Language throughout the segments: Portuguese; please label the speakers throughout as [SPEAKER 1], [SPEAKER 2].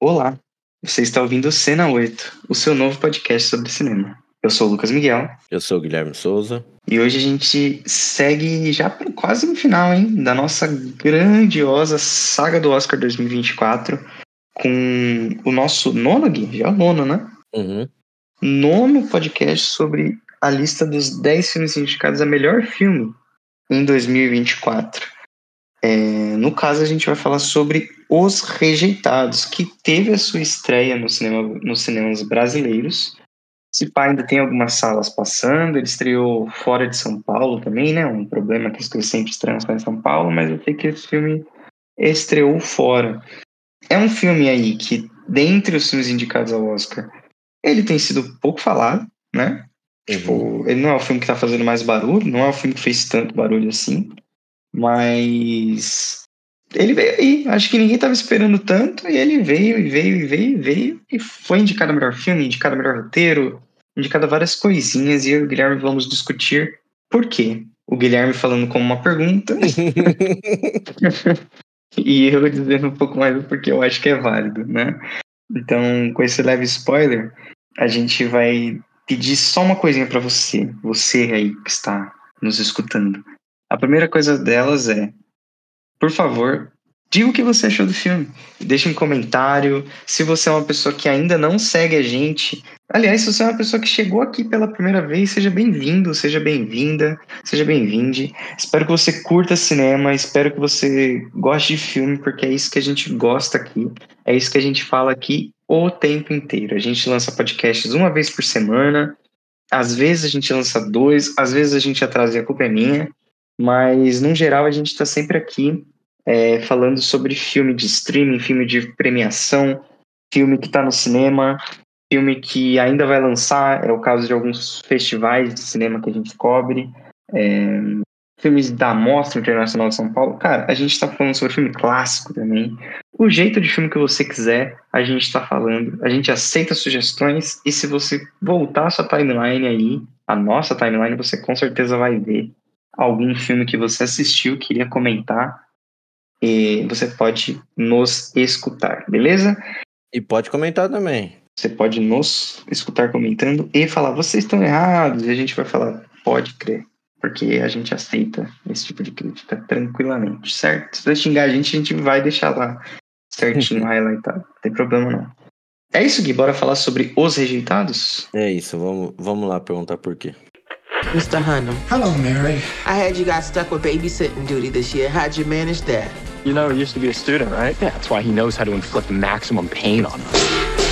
[SPEAKER 1] Olá, você está ouvindo o Cena 8, o seu novo podcast sobre cinema. Eu sou o Lucas Miguel.
[SPEAKER 2] Eu sou o Guilherme Souza.
[SPEAKER 1] E hoje a gente segue já quase no final, hein, da nossa grandiosa saga do Oscar 2024, com o nosso nono, Gui? Já é o nono, né?
[SPEAKER 2] Uhum.
[SPEAKER 1] Nono podcast sobre a lista dos 10 filmes indicados a melhor filme em 2024. No caso, a gente vai falar sobre Os Rejeitados, que teve a sua estreia nos cinemas brasileiros. Esse pá ainda tem algumas salas passando, ele estreou fora de São Paulo também, né? Um problema que as coisas sempre estreiam só em São Paulo, mas eu sei que esse filme estreou fora. É um filme aí que, dentre os filmes indicados ao Oscar, ele tem sido pouco falado, né? Tipo, ele não é o filme que tá fazendo mais barulho, não é o filme que fez tanto barulho assim, mas ele veio aí, acho que ninguém tava esperando tanto, e ele veio, e foi indicado a melhor filme, indicado a melhor roteiro, indicado a várias coisinhas, e eu e o Guilherme vamos discutir por quê. O Guilherme falando como uma pergunta, e eu dizendo um pouco mais do porquê eu acho que é válido, né? Então, com esse leve spoiler, a gente vai pedir só uma coisinha pra você aí que está nos escutando. A primeira coisa delas é, por favor, diga o que você achou do filme. Deixe um comentário. Se você é uma pessoa que ainda não segue a gente, aliás, se você é uma pessoa que chegou aqui pela primeira vez, seja bem-vindo, seja bem-vinda, seja bem-vinde. Espero que você curta cinema, espero que você goste de filme, porque é isso que a gente gosta aqui, é isso que a gente fala aqui o tempo inteiro. A gente lança podcasts uma vez por semana, às vezes a gente lança 2, às vezes a gente atrasa e a culpa é minha, mas no geral a gente está sempre aqui falando sobre filme de streaming, filme de premiação, filme que está no cinema, filme que ainda vai lançar, é o caso de alguns festivais de cinema que a gente cobre, filmes da Mostra Internacional de São Paulo. Cara, a gente está falando sobre filme clássico também. O jeito de filme que você quiser, a gente está falando. A gente aceita sugestões, e se você voltar a sua timeline aí, a nossa timeline, você com certeza vai ver algum filme que você assistiu, queria comentar, e você pode nos escutar, beleza?
[SPEAKER 2] E pode comentar também.
[SPEAKER 1] Você pode nos escutar comentando e falar, vocês estão errados, e a gente vai falar, pode crer, porque a gente aceita esse tipo de crítica tranquilamente, certo? Se você xingar a gente vai deixar lá certinho, highlightado, não tem problema não. É isso, Gui, bora falar sobre Os Rejeitados?
[SPEAKER 2] É isso, vamos lá perguntar por quê.
[SPEAKER 3] Mr. Hunnam.
[SPEAKER 4] Hello, Mary.
[SPEAKER 3] I heard you got stuck with babysitting duty this year. How'd you manage that?
[SPEAKER 5] You know, he used to be a student, right? Yeah, that's why he knows how to inflict maximum pain on us.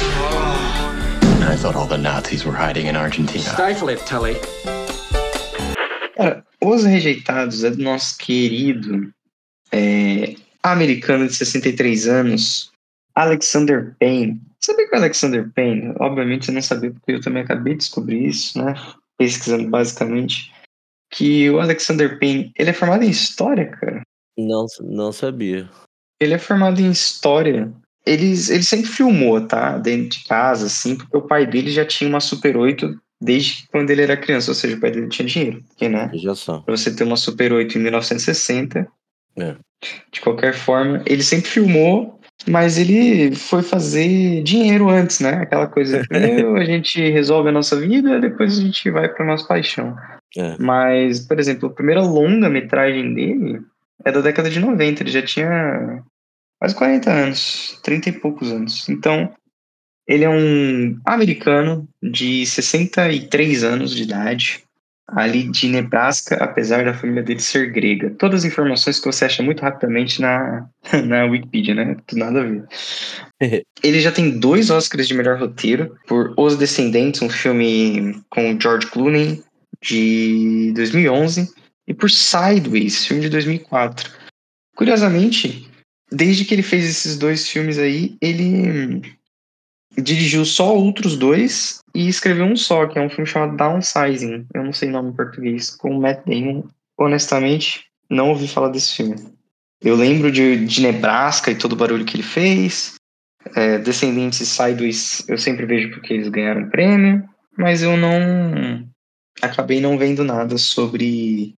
[SPEAKER 4] I thought all the Nazis were hiding in Argentina.
[SPEAKER 3] Stifle it, Tully.
[SPEAKER 1] Cara, Os Rejeitados é do nosso querido americano de 63 anos, Alexander Payne. Sabia que o Alexander Payne, obviamente eu não sabia porque eu também acabei de descobrir isso, né? Pesquisando basicamente, que o Alexander Payne, ele é formado em História, cara.
[SPEAKER 2] Não sabia.
[SPEAKER 1] Ele é formado em História. Ele sempre filmou, tá? Dentro de casa, assim, porque o pai dele já tinha uma Super 8 desde quando ele era criança, ou seja, o pai dele tinha dinheiro, porque, né?
[SPEAKER 2] Já só.
[SPEAKER 1] Pra você ter uma Super 8 em 1960,
[SPEAKER 2] É.
[SPEAKER 1] de qualquer forma, ele sempre filmou, mas ele foi fazer dinheiro antes, né? Aquela coisa, primeiro a gente resolve a nossa vida, depois a gente vai pra nossa paixão.
[SPEAKER 2] É.
[SPEAKER 1] Mas, por exemplo, a primeira longa-metragem dele é da década de 90, ele já tinha quase 40 anos, 30 e poucos anos. Então, ele é um americano de 63 anos de idade, ali de Nebraska, apesar da família dele ser grega. Todas as informações que você acha muito rapidamente na Wikipedia, né? Tudo nada a ver. Ele já tem 2 Oscars de melhor roteiro por Os Descendentes, um filme com George Clooney, de 2011, e por Sideways, filme de 2004. Curiosamente, desde que ele fez esses 2 filmes aí, ele dirigiu só outros 2 e escreveu um só, que é um filme chamado Downsizing. Eu não sei o nome em português, com o Matt Damon. Honestamente, não ouvi falar desse filme. Eu lembro de Nebraska e todo o barulho que ele fez. Descendentes e Sideways eu sempre vejo porque eles ganharam prêmio, mas eu acabei não vendo nada sobre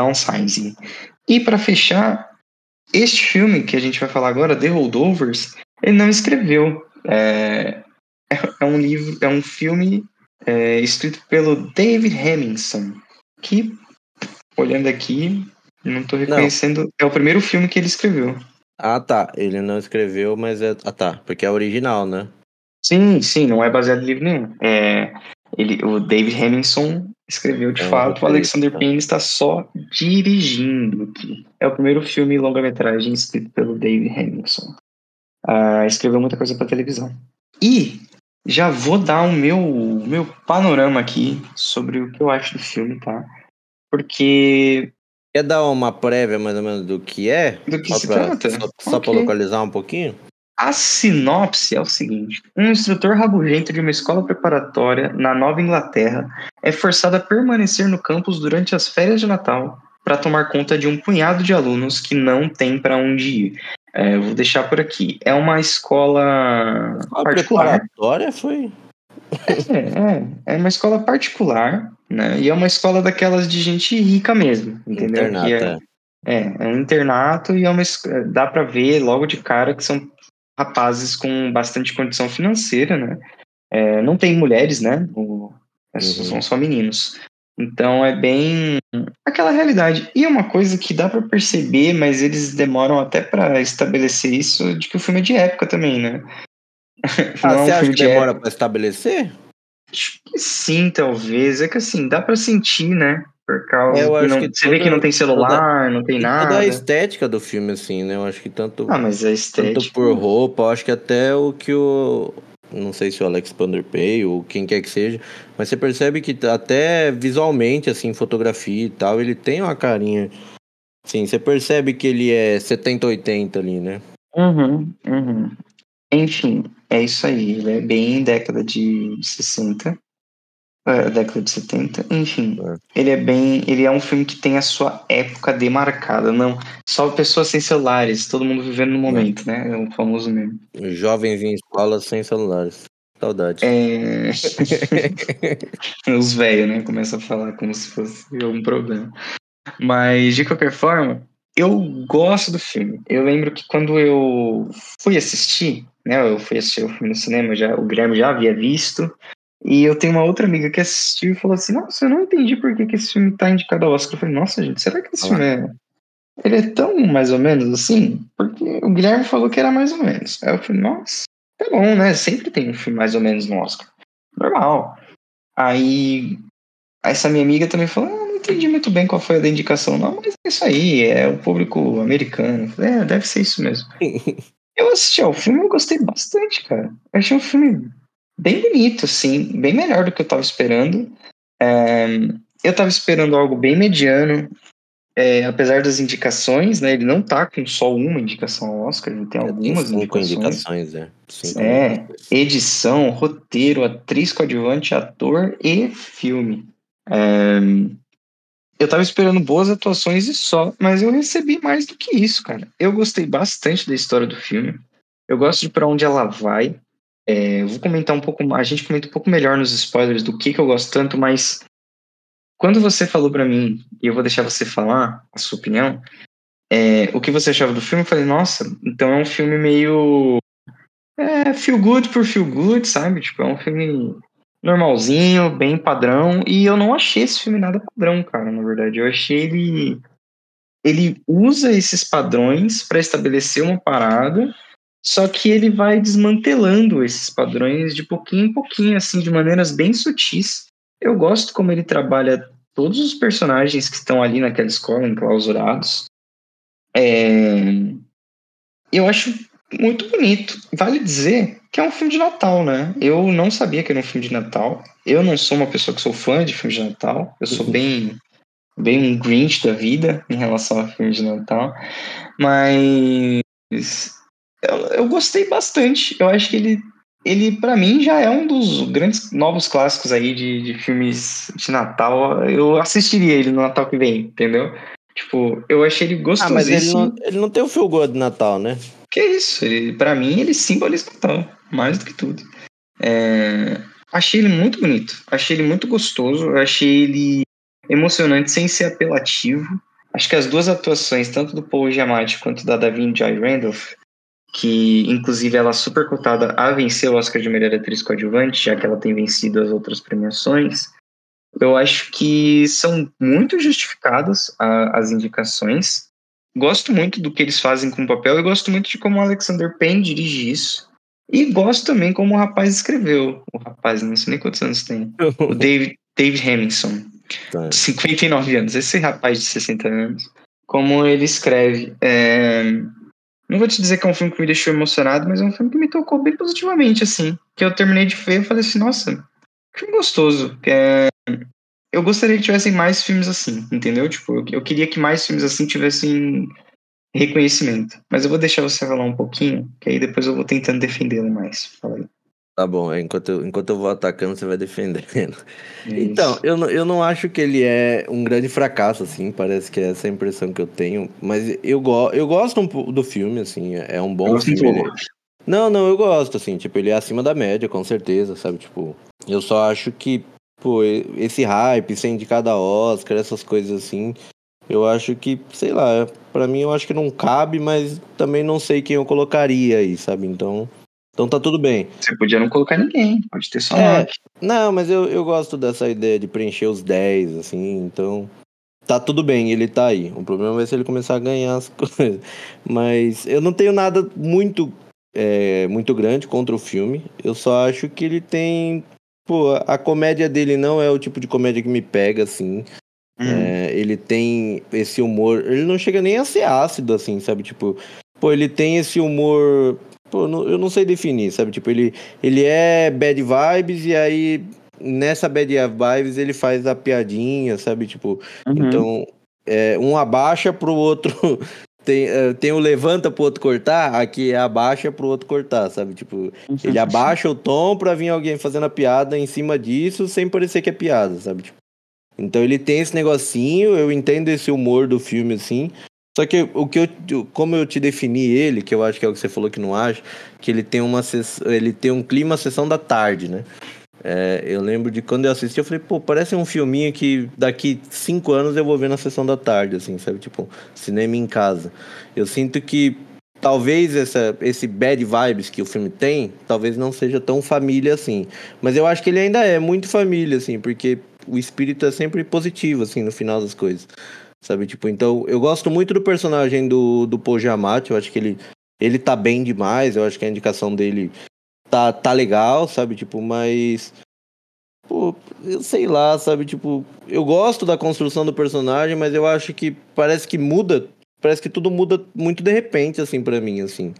[SPEAKER 1] Downsizing. E para fechar, este filme que a gente vai falar agora, The Holdovers, Ele não escreveu. É um livro, é um filme escrito pelo David Hemmingson, que, olhando aqui, não tô reconhecendo, é o primeiro filme que ele escreveu.
[SPEAKER 2] Ah, tá. Ele não escreveu, mas é... Ah, tá. Porque é original, né?
[SPEAKER 1] Sim, não é baseado em livro nenhum. O David Hemmingson escreveu de
[SPEAKER 2] É um
[SPEAKER 1] fato, o
[SPEAKER 2] roteirista,
[SPEAKER 1] Alexander
[SPEAKER 2] tá?
[SPEAKER 1] Payne está só dirigindo aqui. É o primeiro filme longa-metragem escrito pelo David Hemmingson. Escreveu muita coisa para televisão. E já vou dar o meu panorama aqui sobre o que eu acho do filme, tá? Porque
[SPEAKER 2] Quer dar uma prévia mais ou menos do que é?
[SPEAKER 1] do que se trata?
[SPEAKER 2] Só pra
[SPEAKER 1] Ok.
[SPEAKER 2] localizar um pouquinho?
[SPEAKER 1] A sinopse é o seguinte: um instrutor rabugento de uma escola preparatória na Nova Inglaterra é forçado a permanecer no campus durante as férias de Natal para tomar conta de um punhado de alunos que não tem para onde ir. Eu vou deixar por aqui. É uma escola
[SPEAKER 2] A
[SPEAKER 1] particular.
[SPEAKER 2] preparatória foi...
[SPEAKER 1] É uma escola particular, né? E é uma escola daquelas de gente rica mesmo, entendeu? Que
[SPEAKER 2] Internato,
[SPEAKER 1] é um internato e dá para ver logo de cara que são rapazes com bastante condição financeira, né? Não tem mulheres, né? São só meninos. Então é bem aquela realidade. E uma coisa que dá para perceber, mas eles demoram até para estabelecer isso, de que o filme é de época também, né? Não
[SPEAKER 2] Ah,
[SPEAKER 1] é
[SPEAKER 2] você
[SPEAKER 1] um
[SPEAKER 2] acha
[SPEAKER 1] filme
[SPEAKER 2] que
[SPEAKER 1] de
[SPEAKER 2] demora
[SPEAKER 1] época.
[SPEAKER 2] pra estabelecer?
[SPEAKER 1] Acho que sim, talvez. É que assim, dá pra sentir, né? Por causa
[SPEAKER 2] Eu
[SPEAKER 1] que
[SPEAKER 2] acho
[SPEAKER 1] não.
[SPEAKER 2] que
[SPEAKER 1] Você vê que não tem celular, não tem
[SPEAKER 2] e toda a
[SPEAKER 1] nada.
[SPEAKER 2] estética do filme, assim, né? Eu acho que
[SPEAKER 1] Mas a
[SPEAKER 2] tanto
[SPEAKER 1] estética.
[SPEAKER 2] por roupa, eu acho que até o que o... Não sei se o Alex Panderpay ou quem quer que seja, mas você percebe que até visualmente, assim, fotografia e tal, ele tem uma carinha. Sim, você percebe que ele é 70, 80 ali, né?
[SPEAKER 1] Uhum. Enfim, é isso aí. Ele é bem década de 60. Década de 70. Enfim.
[SPEAKER 2] É.
[SPEAKER 1] Ele é um filme que tem a sua época demarcada. Não, só pessoas sem celulares, todo mundo vivendo no momento, né? É o famoso meme.
[SPEAKER 2] Jovens em escola sem celulares. Saudade.
[SPEAKER 1] Os velhos, né? Começam a falar como se fosse algum problema. Mas, de qualquer forma, eu gosto do filme. Eu lembro que quando eu fui assistir, né? Eu fui assistir o filme no cinema, o Guilherme já havia visto. E eu tenho uma outra amiga que assistiu e falou assim: Nossa, eu não entendi por que esse filme tá indicado ao Oscar. Eu falei: Nossa, gente, será que esse
[SPEAKER 2] Olha
[SPEAKER 1] filme
[SPEAKER 2] lá.
[SPEAKER 1] ele é tão mais ou menos assim? Porque o Guilherme falou que era mais ou menos. Aí eu falei: Nossa, tá bom, né? Sempre tem um filme mais ou menos no Oscar. Normal. Aí essa minha amiga também falou: não entendi muito bem qual foi a da indicação, não, mas é isso aí, é o público americano. Eu falei, deve ser isso mesmo. Eu assisti ao filme e eu gostei bastante, cara. Eu achei um filme bem bonito, assim, bem melhor do que eu tava esperando. Eu tava esperando algo bem mediano, apesar das indicações, né? Ele não tá com só uma indicação ao Oscar, ele tem
[SPEAKER 2] Tem
[SPEAKER 1] algumas
[SPEAKER 2] 5
[SPEAKER 1] indicações.
[SPEAKER 2] indicações, né? 5 indicações.
[SPEAKER 1] Edição, roteiro, atriz coadjuvante, ator e filme. Eu tava esperando boas atuações e só, mas eu recebi mais do que isso, cara. Eu gostei bastante da história do filme. Eu gosto de pra onde ela vai. Eu vou comentar um pouco mais. A gente comenta um pouco melhor nos spoilers do que eu gosto tanto, mas quando você falou pra mim, e eu vou deixar você falar a sua opinião, o que você achava do filme, eu falei, nossa, então é um filme meio feel good por feel good, sabe? Tipo, é um filme normalzinho, bem padrão, e eu não achei esse filme nada padrão, cara, na verdade. Eu achei ele usa esses padrões para estabelecer uma parada, só que ele vai desmantelando esses padrões de pouquinho em pouquinho, assim, de maneiras bem sutis. Eu gosto como ele trabalha todos os personagens que estão ali naquela escola, enclausurados. Eu acho muito bonito. Vale dizer que é um filme de Natal, né? Eu não sabia que era um filme de Natal. Eu não sou uma pessoa que sou fã de filme de Natal. Eu sou bem um Grinch da vida em relação a filme de Natal. Mas eu gostei bastante. Eu acho que ele para mim, já é um dos grandes novos clássicos aí de filmes de Natal. Eu assistiria ele no Natal que vem, entendeu? Tipo, eu achei ele
[SPEAKER 2] Ah, mas
[SPEAKER 1] gostosíssimo.
[SPEAKER 2] ele não tem o feel good de Natal, né?
[SPEAKER 1] Que é isso, para mim ele simboliza Natal, mais do que tudo. Achei ele muito bonito, achei ele muito gostoso, achei ele emocionante sem ser apelativo. Acho que as duas atuações, tanto do Paul Giamatti quanto da Da'Vine Joy Randolph, que inclusive ela é super cotada a vencer o Oscar de melhor atriz coadjuvante, já que ela tem vencido as outras premiações. Eu acho que são muito justificadas as indicações. Gosto muito do que eles fazem com o papel e gosto muito de como o Alexander Payne dirige isso. E gosto também como o rapaz escreveu. O rapaz, não sei nem quantos anos tem. O David Hemmingson, de 59 anos. Esse rapaz de 60 anos. Como ele escreve. Não vou te dizer que é um filme que me deixou emocionado, mas é um filme que me tocou bem positivamente, assim. Que eu terminei de ver e falei assim, nossa, que filme gostoso. Eu gostaria que tivessem mais filmes assim, entendeu? Tipo, eu queria que mais filmes assim tivessem reconhecimento. Mas eu vou deixar você falar um pouquinho, que aí depois eu vou tentando defendê-lo mais. Fala aí.
[SPEAKER 2] Tá bom, enquanto eu vou atacando, você vai defendendo. Então,
[SPEAKER 1] Isso.
[SPEAKER 2] eu não acho que ele é um grande fracasso, assim, parece que é essa a impressão que eu tenho, mas eu gosto um pouco do filme, assim, é um bom filme. Não, eu gosto, assim, tipo, ele é acima da média, com certeza, sabe, tipo, eu só acho que, pô, esse hype, ser indicado a Oscar, essas coisas assim, eu acho que, sei lá, pra mim eu acho que não cabe, mas também não sei quem eu colocaria aí, sabe, então tá tudo bem.
[SPEAKER 1] Você podia não colocar ninguém, pode ter só
[SPEAKER 2] É,
[SPEAKER 1] 9.
[SPEAKER 2] não, mas eu gosto dessa ideia de preencher os 10, assim, então tá tudo bem, ele tá aí. O problema vai ser ele começar a ganhar as coisas. Mas eu não tenho nada muito grande contra o filme. Eu só acho que ele tem. Pô, a comédia dele não é o tipo de comédia que me pega, assim. Ele tem esse humor. Ele não chega nem a ser ácido, assim, sabe? Tipo, pô, ele tem esse humor. Pô, eu não sei definir, sabe? Tipo, ele é bad vibes e aí nessa bad vibes ele faz a piadinha, sabe? Tipo, então um abaixa pro outro. Tem o levanta pro outro cortar, aqui é abaixa pro outro cortar, sabe? Tipo, ele abaixa o tom pra vir alguém fazendo a piada em cima disso sem parecer que é piada, sabe? Tipo, então ele tem esse negocinho, eu entendo esse humor do filme, assim. Só que como eu te defini ele, que eu acho que é o que você falou que não acha, que ele tem ele tem um clima sessão da tarde, né? Eu lembro de quando eu assisti, eu falei, pô, parece um filminho que daqui 5 anos eu vou ver na sessão da tarde, assim, sabe? Tipo, cinema em casa. Eu sinto que talvez esse bad vibes que o filme tem, talvez não seja tão família assim. Mas eu acho que ele ainda é muito família, assim, porque o espírito é sempre positivo, assim, no final das coisas. Sabe, tipo, então eu gosto muito do personagem do Paul Giamatti, eu acho que ele tá bem demais, eu acho que a indicação dele tá legal, sabe, tipo, mas pô, eu sei lá, sabe, tipo, eu gosto da construção do personagem, mas eu acho que parece que tudo muda muito de repente, assim, pra mim, assim.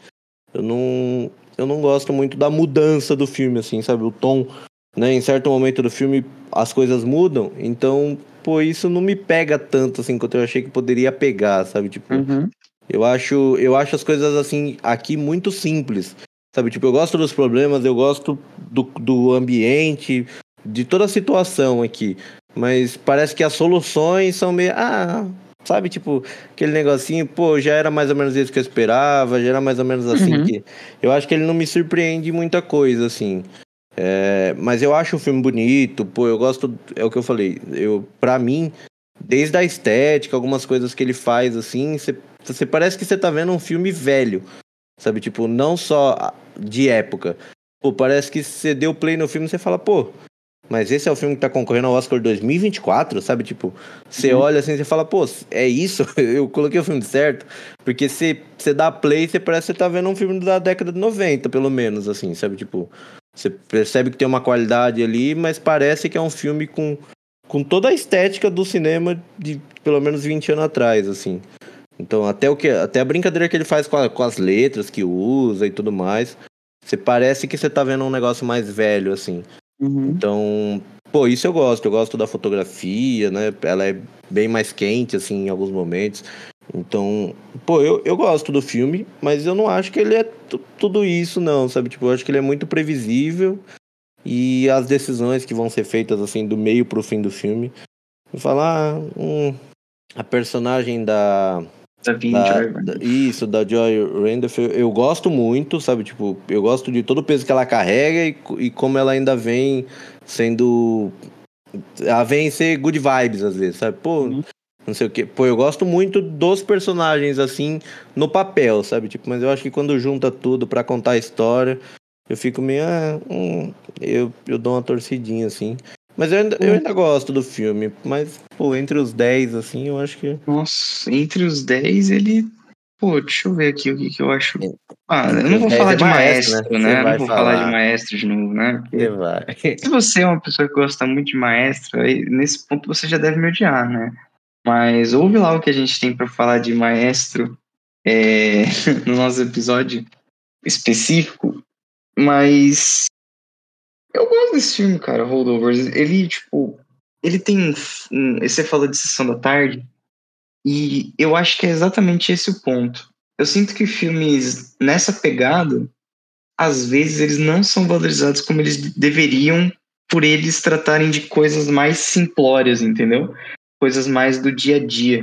[SPEAKER 2] Eu não gosto muito da mudança do filme, assim, sabe, o tom, né, em certo momento do filme as coisas mudam, então, pô, isso não me pega tanto, assim, quanto eu achei que poderia pegar, sabe, tipo, eu acho as coisas, assim, aqui muito simples, sabe, tipo, eu gosto dos problemas, eu gosto do ambiente, de toda a situação aqui, mas parece que as soluções são meio, sabe, tipo, aquele negocinho, pô, já era mais ou menos isso que eu esperava, já era mais ou menos assim que... Eu acho que ele não me surpreende muita coisa, assim. Mas eu acho o filme bonito, pô, eu gosto, é o que eu falei, pra mim, desde a estética, algumas coisas que ele faz, assim, você parece que você tá vendo um filme velho, sabe, tipo, não só de época. Pô, parece que você deu play no filme e você fala, pô, mas esse é o filme que tá concorrendo ao Oscar 2024, sabe? Tipo, você olha assim e você fala, pô, é isso? Eu coloquei o filme certo. Porque você dá play e você parece que você tá vendo um filme da década de 90, pelo menos, assim, sabe? Tipo, você percebe que tem uma qualidade ali, mas parece que é um filme com toda a estética do cinema de pelo menos 20 anos atrás, assim. Então, até a brincadeira que ele faz com as letras que usa e tudo mais, você parece que você tá vendo um negócio mais velho, assim. Então, pô, isso eu gosto da fotografia, né? Ela é bem mais quente, assim, em alguns momentos. Então, pô, eu gosto do filme, mas eu não acho que ele é tudo isso, não, sabe? Tipo, eu acho que ele é muito previsível e as decisões que vão ser feitas, assim, do meio pro fim do filme. Eu falar, a personagem da Joy Randolph, eu gosto muito, sabe? Tipo, eu gosto de todo o peso que ela carrega e como ela ainda vem sendo. Ela vem ser good vibes às vezes, sabe? Pô, não sei o quê. Pô, eu gosto muito dos personagens, assim, no papel, sabe? Tipo, mas eu acho que quando junta tudo pra contar a história, eu fico meio... eu dou uma torcidinha, assim. Mas eu ainda gosto do filme, mas, pô, entre os 10, assim, eu acho que...
[SPEAKER 1] Nossa, entre os 10 ele. Pô, deixa eu ver aqui o que eu acho. Ah, eu
[SPEAKER 2] Entre
[SPEAKER 1] não
[SPEAKER 2] os
[SPEAKER 1] vou
[SPEAKER 2] 10
[SPEAKER 1] falar
[SPEAKER 2] é
[SPEAKER 1] de
[SPEAKER 2] maestro, né?
[SPEAKER 1] maestro,
[SPEAKER 2] Você
[SPEAKER 1] né? Eu não
[SPEAKER 2] vai
[SPEAKER 1] vou falar de
[SPEAKER 2] falar,
[SPEAKER 1] maestro de novo, né?
[SPEAKER 2] você
[SPEAKER 1] Porque
[SPEAKER 2] vai.
[SPEAKER 1] se você é uma pessoa que gosta muito de maestro, aí nesse ponto você já deve me odiar, né? Mas ouve lá o que a gente tem pra falar de maestro no nosso episódio específico. Mas eu gosto desse filme, cara, Holdovers. Ele, tipo, ele tem você falou de Sessão da Tarde, e eu acho que é exatamente esse o ponto. Eu sinto que filmes nessa pegada, às vezes eles não são valorizados como eles deveriam, por eles tratarem de coisas mais simplórias, entendeu? Coisas mais do dia a dia.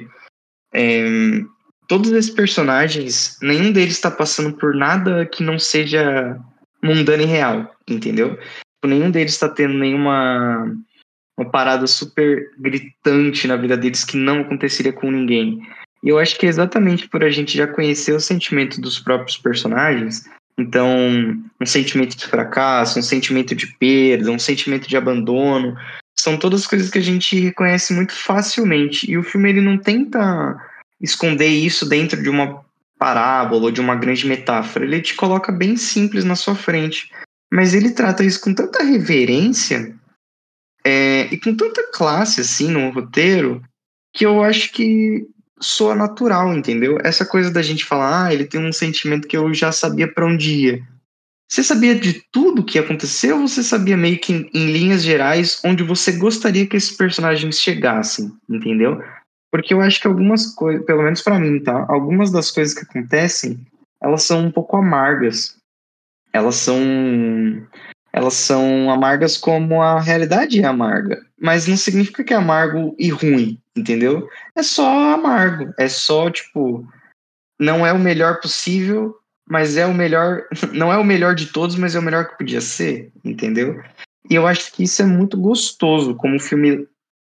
[SPEAKER 1] Todos esses personagens, nenhum deles está passando por nada que não seja mundano e real, entendeu? Nenhum deles está tendo nenhuma uma parada super gritante na vida deles que não aconteceria com ninguém. E eu acho que é exatamente por a gente já conhecer o sentimento dos próprios personagens, então um sentimento de fracasso, um sentimento de perda, um sentimento de abandono, são todas coisas que a gente reconhece muito facilmente. E o filme ele não tenta esconder isso dentro de uma parábola ou de uma grande metáfora. Ele te coloca bem simples na sua frente. Mas ele trata isso com tanta reverência e com tanta classe assim no roteiro que eu acho que soa natural, entendeu? Essa coisa da gente falar, ele tem um sentimento que eu já sabia pra onde ia. Você sabia de tudo que aconteceu ou você sabia meio que em linhas gerais onde você gostaria que esses personagens chegassem, entendeu? Porque eu acho que algumas coisas, pelo menos pra mim, tá? Algumas das coisas que acontecem, elas são um pouco amargas. Elas são elas são amargas como a realidade é amarga, mas não significa que é amargo e ruim, entendeu? É só amargo, é só tipo, não é o melhor possível, mas é o melhor, não é o melhor de todos, mas é o melhor que podia ser, entendeu? E eu acho que isso é muito gostoso, como o filme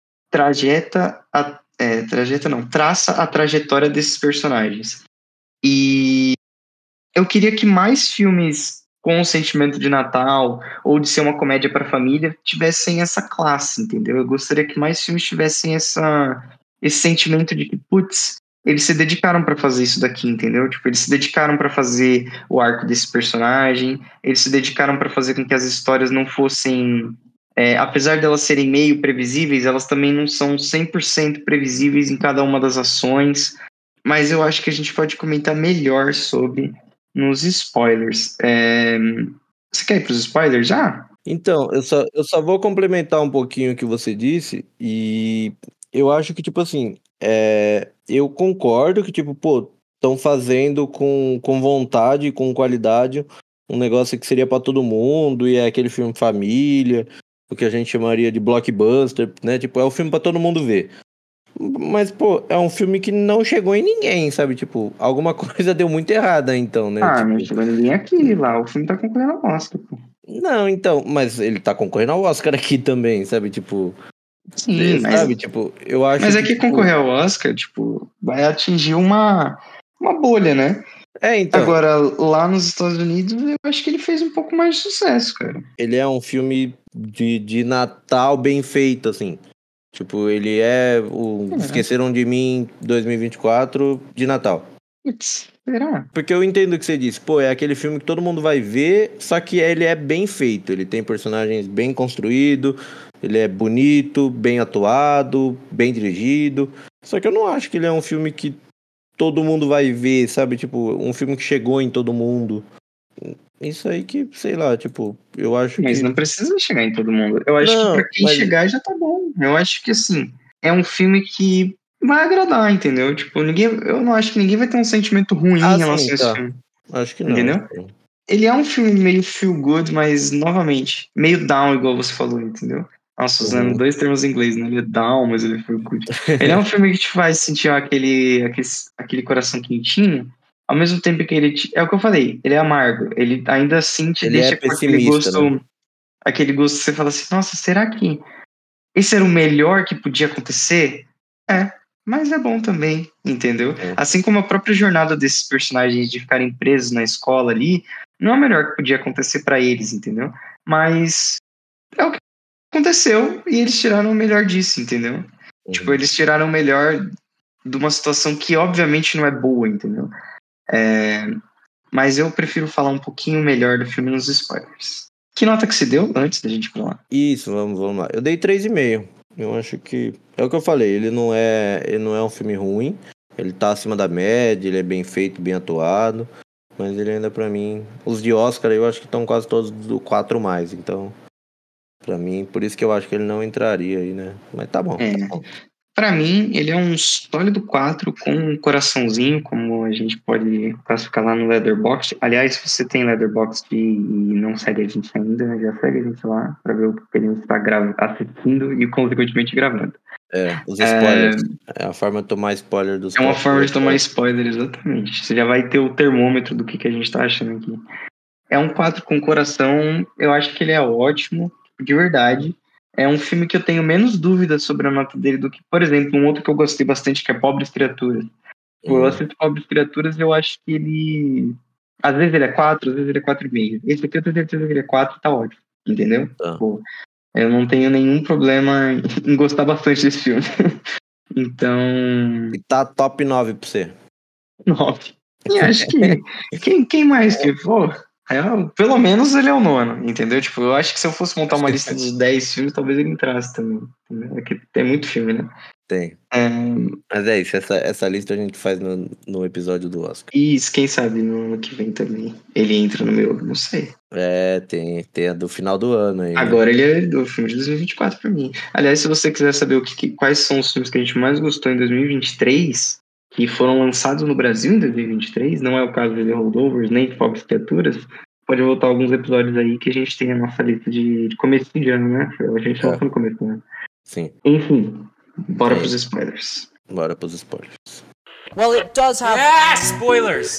[SPEAKER 1] traça a trajetória desses personagens. E eu queria que mais filmes com o sentimento de Natal ou de ser uma comédia para família tivessem essa classe, entendeu? Eu gostaria que mais filmes tivessem esse sentimento de que, putz, eles se dedicaram para fazer isso daqui, entendeu? Tipo, eles se dedicaram para fazer o arco desse personagem, eles se dedicaram para fazer com que as histórias não fossem apesar de elas serem meio previsíveis, elas também não são 100% previsíveis em cada uma das ações, mas eu acho que a gente pode comentar melhor sobre nos spoilers. Você quer ir para os spoilers já?
[SPEAKER 2] Então, eu só vou complementar um pouquinho o que você disse, e eu acho que, tipo assim, eu concordo que, tipo, pô, estão fazendo com vontade, com qualidade, um negócio que seria pra todo mundo, e é aquele filme família, o que a gente chamaria de blockbuster, né? Tipo, é o filme pra todo mundo ver. Mas, pô, é um filme que não chegou em ninguém, sabe? Tipo, alguma coisa deu muito errada, então, né?
[SPEAKER 1] Ah, não
[SPEAKER 2] Tipo,
[SPEAKER 1] chegou ninguém aqui, lá o filme tá concorrendo ao Oscar, pô.
[SPEAKER 2] não, então, mas ele tá concorrendo ao Oscar aqui também, sabe? Tipo,
[SPEAKER 1] Sim,
[SPEAKER 2] sabe? Tipo, eu acho
[SPEAKER 1] mas é
[SPEAKER 2] que,
[SPEAKER 1] que
[SPEAKER 2] tipo,
[SPEAKER 1] concorrer ao Oscar, tipo, vai atingir uma bolha, né?
[SPEAKER 2] então,
[SPEAKER 1] Agora, lá nos Estados Unidos, eu acho que ele fez um pouco mais de sucesso, cara.
[SPEAKER 2] ele é um filme de Natal bem feito, assim. Tipo, ele é o Esqueceram de Mim 2024 de Natal.
[SPEAKER 1] Putz, será?
[SPEAKER 2] Porque eu entendo o que você disse, pô, é aquele filme que todo mundo vai ver, só que ele é bem feito, ele tem personagens bem construídos, ele é bonito, bem atuado, bem dirigido. Só que eu não acho que ele é um filme que todo mundo vai ver, sabe? Tipo, um filme que chegou em todo mundo. Isso aí que, sei lá, tipo, eu acho
[SPEAKER 1] Mas
[SPEAKER 2] que.
[SPEAKER 1] não precisa chegar em todo mundo. Eu acho que pra
[SPEAKER 2] Não,
[SPEAKER 1] quem
[SPEAKER 2] mas.
[SPEAKER 1] chegar já tá bom. Eu acho que assim, é um filme que vai agradar, entendeu? Tipo, eu não acho que ninguém vai ter um sentimento ruim em
[SPEAKER 2] Ah, sim,
[SPEAKER 1] relação a esse
[SPEAKER 2] tá.
[SPEAKER 1] filme,
[SPEAKER 2] Acho que não.
[SPEAKER 1] entendeu? Ele é um filme meio feel good, mas novamente, meio down, igual você falou, entendeu? Nossa, usando
[SPEAKER 2] Uhum.
[SPEAKER 1] dois termos em inglês, né? Ele é down, mas ele é feel good. Ele é um filme que te faz sentir aquele coração quentinho, ao mesmo tempo que é o que eu falei, ele é amargo, ele ainda assim te
[SPEAKER 2] Ele é
[SPEAKER 1] deixa com
[SPEAKER 2] pessimista, né?
[SPEAKER 1] aquele gosto que você fala assim, nossa, será que esse era o melhor que podia acontecer? É. mas é bom também, entendeu?
[SPEAKER 2] É.
[SPEAKER 1] Assim como a própria jornada desses personagens de ficarem presos na escola ali, não é o melhor que podia acontecer pra eles, entendeu? Mas é o que aconteceu e eles tiraram o melhor disso, entendeu? Tipo, eles tiraram o melhor de uma situação que obviamente não é boa, entendeu? Mas eu prefiro falar um pouquinho melhor do filme nos spoilers. Que nota que se deu antes da gente falar?
[SPEAKER 2] Isso, vamos lá. Eu dei 3,5. Eu acho que é o que eu falei, ele não é um filme ruim, ele tá acima da média, ele é bem feito, bem atuado, mas ele ainda pra mim, os de Oscar eu acho que estão quase todos do 4+, então pra mim, por isso que eu acho que ele não entraria aí, né? Mas tá bom.
[SPEAKER 1] É. Pra mim, ele é um sólido 4 com um coraçãozinho, como a gente pode classificar lá no Letterboxd. Aliás, se você tem Letterboxd e não segue a gente ainda, já segue a gente lá pra ver o que a gente está assistindo e, consequentemente, gravando.
[SPEAKER 2] Os spoilers. É a forma de tomar spoiler dos
[SPEAKER 1] É uma
[SPEAKER 2] tópicos.
[SPEAKER 1] forma de tomar spoiler, exatamente. Você já vai ter o termômetro do que a gente tá achando aqui. É um 4 com coração, eu acho que ele é ótimo, de verdade. É um filme que eu tenho menos dúvidas sobre a nota dele do que, por exemplo, um outro que eu gostei bastante, que é Pobres Criaturas. Eu assisto Pobres Criaturas e eu acho que ele... Às vezes ele é 4, às vezes ele é 4,5. Esse aqui eu tenho certeza que ele é 4 e tá ótimo, entendeu?
[SPEAKER 2] Tá.
[SPEAKER 1] Tipo, eu não tenho nenhum problema em gostar bastante desse filme. Então,
[SPEAKER 2] E tá top 9 pra você.
[SPEAKER 1] 9. E acho que quem mais que for, pelo menos ele é o nono, entendeu? Tipo, eu acho que se eu fosse montar uma lista dos 10 filmes, talvez ele entrasse também. Entendeu? É que tem muito filme, né?
[SPEAKER 2] Tem. Mas é isso, essa lista a gente faz no episódio do Oscar.
[SPEAKER 1] E quem sabe no ano que vem também ele entra no meu, não sei.
[SPEAKER 2] Tem a do final do ano aí, né?
[SPEAKER 1] Agora ele é do filme de 2024 pra mim. Aliás, se você quiser saber quais são os filmes que a gente mais gostou em 2023, que foram lançados no Brasil em 2023, não é o caso de The Holdovers, nem de Pobres Criaturas, pode voltar alguns episódios aí que a gente tem a nossa lista de começo de ano, né? A gente lançou no começo, né?
[SPEAKER 2] Sim.
[SPEAKER 1] Enfim, bora pros spoilers.
[SPEAKER 2] Bora pros spoilers.
[SPEAKER 6] Well, it does have...
[SPEAKER 7] Ah, spoilers!